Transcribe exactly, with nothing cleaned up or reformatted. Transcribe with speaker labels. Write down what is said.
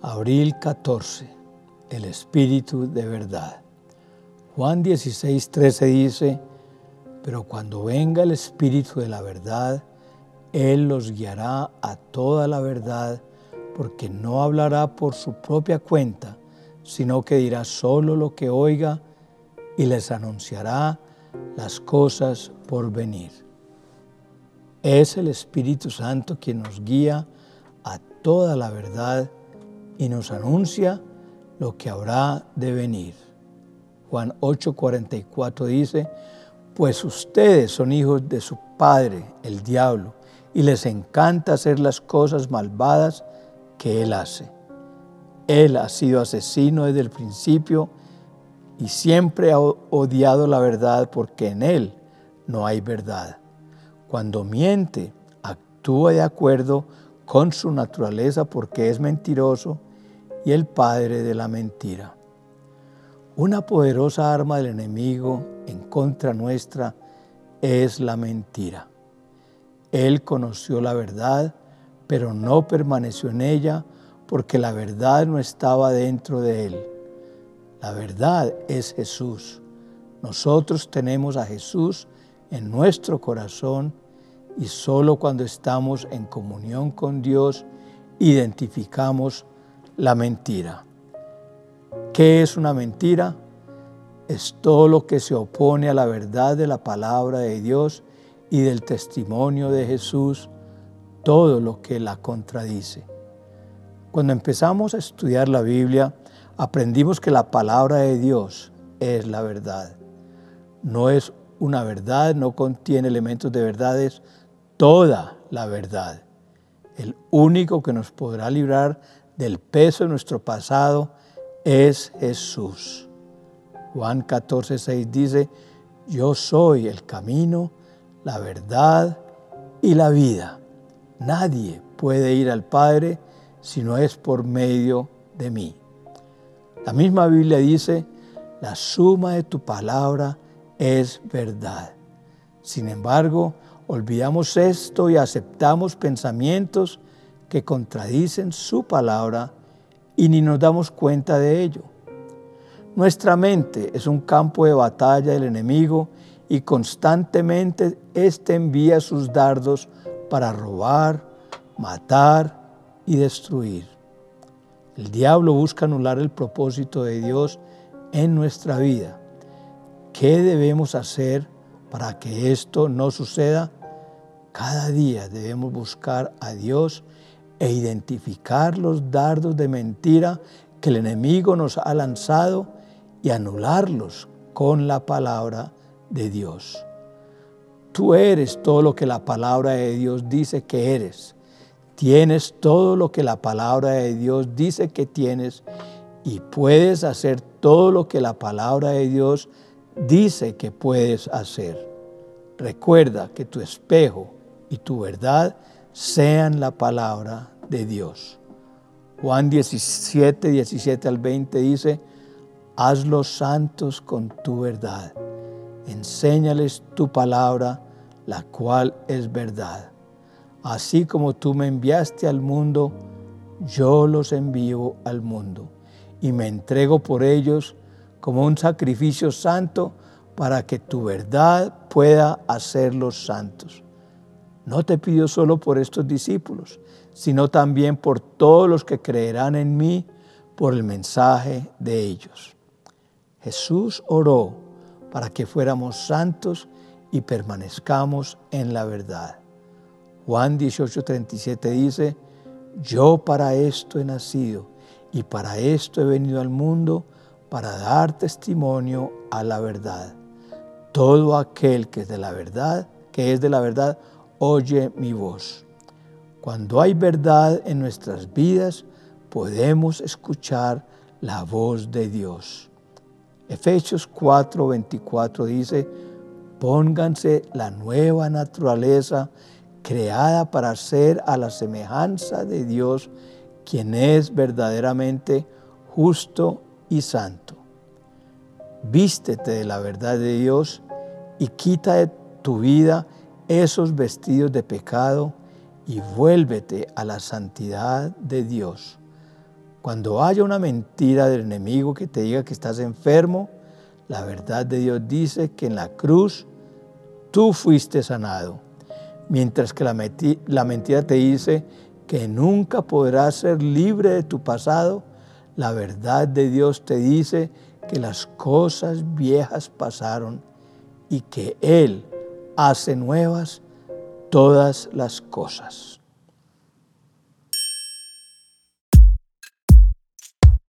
Speaker 1: Abril catorce. El Espíritu de verdad. Juan dieciséis, trece dice: pero cuando venga el Espíritu de la verdad, Él los guiará a toda la verdad, porque no hablará por su propia cuenta, sino que dirá solo lo que oiga y les anunciará las cosas por venir. Es el Espíritu Santo quien nos guía a toda la verdad y nos anuncia lo que habrá de venir. Juan ocho, cuarenta y cuatro dice: pues ustedes son hijos de su padre, el diablo, y les encanta hacer las cosas malvadas que él hace. Él ha sido asesino desde el principio y siempre ha odiado la verdad, porque en él no hay verdad. Cuando miente, actúa de acuerdo con su naturaleza, porque es mentiroso y el padre de la mentira. Una poderosa arma del enemigo en contra nuestra es la mentira. Él conoció la verdad, pero no permaneció en ella, porque la verdad no estaba dentro de él. La verdad es Jesús. Nosotros tenemos a Jesús en nuestro corazón, y solo cuando estamos en comunión con Dios identificamos la mentira. ¿Qué es una mentira? Es todo lo que se opone a la verdad de la palabra de Dios y del testimonio de Jesús, todo lo que la contradice. Cuando empezamos a estudiar la Biblia, aprendimos que la palabra de Dios es la verdad. No es una verdad, no contiene elementos de verdad, es toda la verdad. El único que nos podrá librar del peso de nuestro pasado es Jesús. Juan catorce, seis dice: yo soy el camino, la verdad y la vida. Nadie puede ir al Padre si no es por medio de mí. La misma Biblia dice: la suma de tu palabra es verdad. Sin embargo, olvidamos esto y aceptamos pensamientos que contradicen su palabra y ni nos damos cuenta de ello. Nuestra mente es un campo de batalla del enemigo y constantemente éste envía sus dardos para robar, matar y destruir. El diablo busca anular el propósito de Dios en nuestra vida. ¿Qué debemos hacer para que esto no suceda? Cada día debemos buscar a Dios e identificar los dardos de mentira que el enemigo nos ha lanzado y anularlos con la palabra de Dios. Tú eres todo lo que la palabra de Dios dice que eres. Tienes todo lo que la palabra de Dios dice que tienes y puedes hacer todo lo que la palabra de Dios dice que puedes hacer. Recuerda que tu espejo y tu verdad sean la palabra de Dios. Juan diecisiete, diecisiete al veinte dice: hazlos santos con tu verdad. Enséñales tu palabra, la cual es verdad. Así como tú me enviaste al mundo, yo los envío al mundo y me entrego por ellos como un sacrificio santo para que tu verdad pueda hacerlos santos. No te pido solo por estos discípulos, sino también por todos los que creerán en mí por el mensaje de ellos. Jesús oró para que fuéramos santos y permanezcamos en la verdad. Juan dieciocho, treinta y siete dice: yo para esto he nacido y para esto he venido al mundo, para dar testimonio a la verdad. Todo aquel que es de la verdad, que es de la verdad, oye mi voz. Cuando hay verdad en nuestras vidas, podemos escuchar la voz de Dios. Efesios cuatro, veinticuatro dice: pónganse la nueva naturaleza creada para ser a la semejanza de Dios, quien es verdaderamente justo y santo. Vístete de la verdad de Dios y quita de tu vida esos vestidos de pecado y vuélvete a la santidad de Dios. Cuando haya una mentira del enemigo que te diga que estás enfermo, la verdad de Dios dice que en la cruz tú fuiste sanado. Mientras que la, la mentira te dice que nunca podrás ser libre de tu pasado, la verdad de Dios te dice que las cosas viejas pasaron y que Él hace nuevas todas las cosas.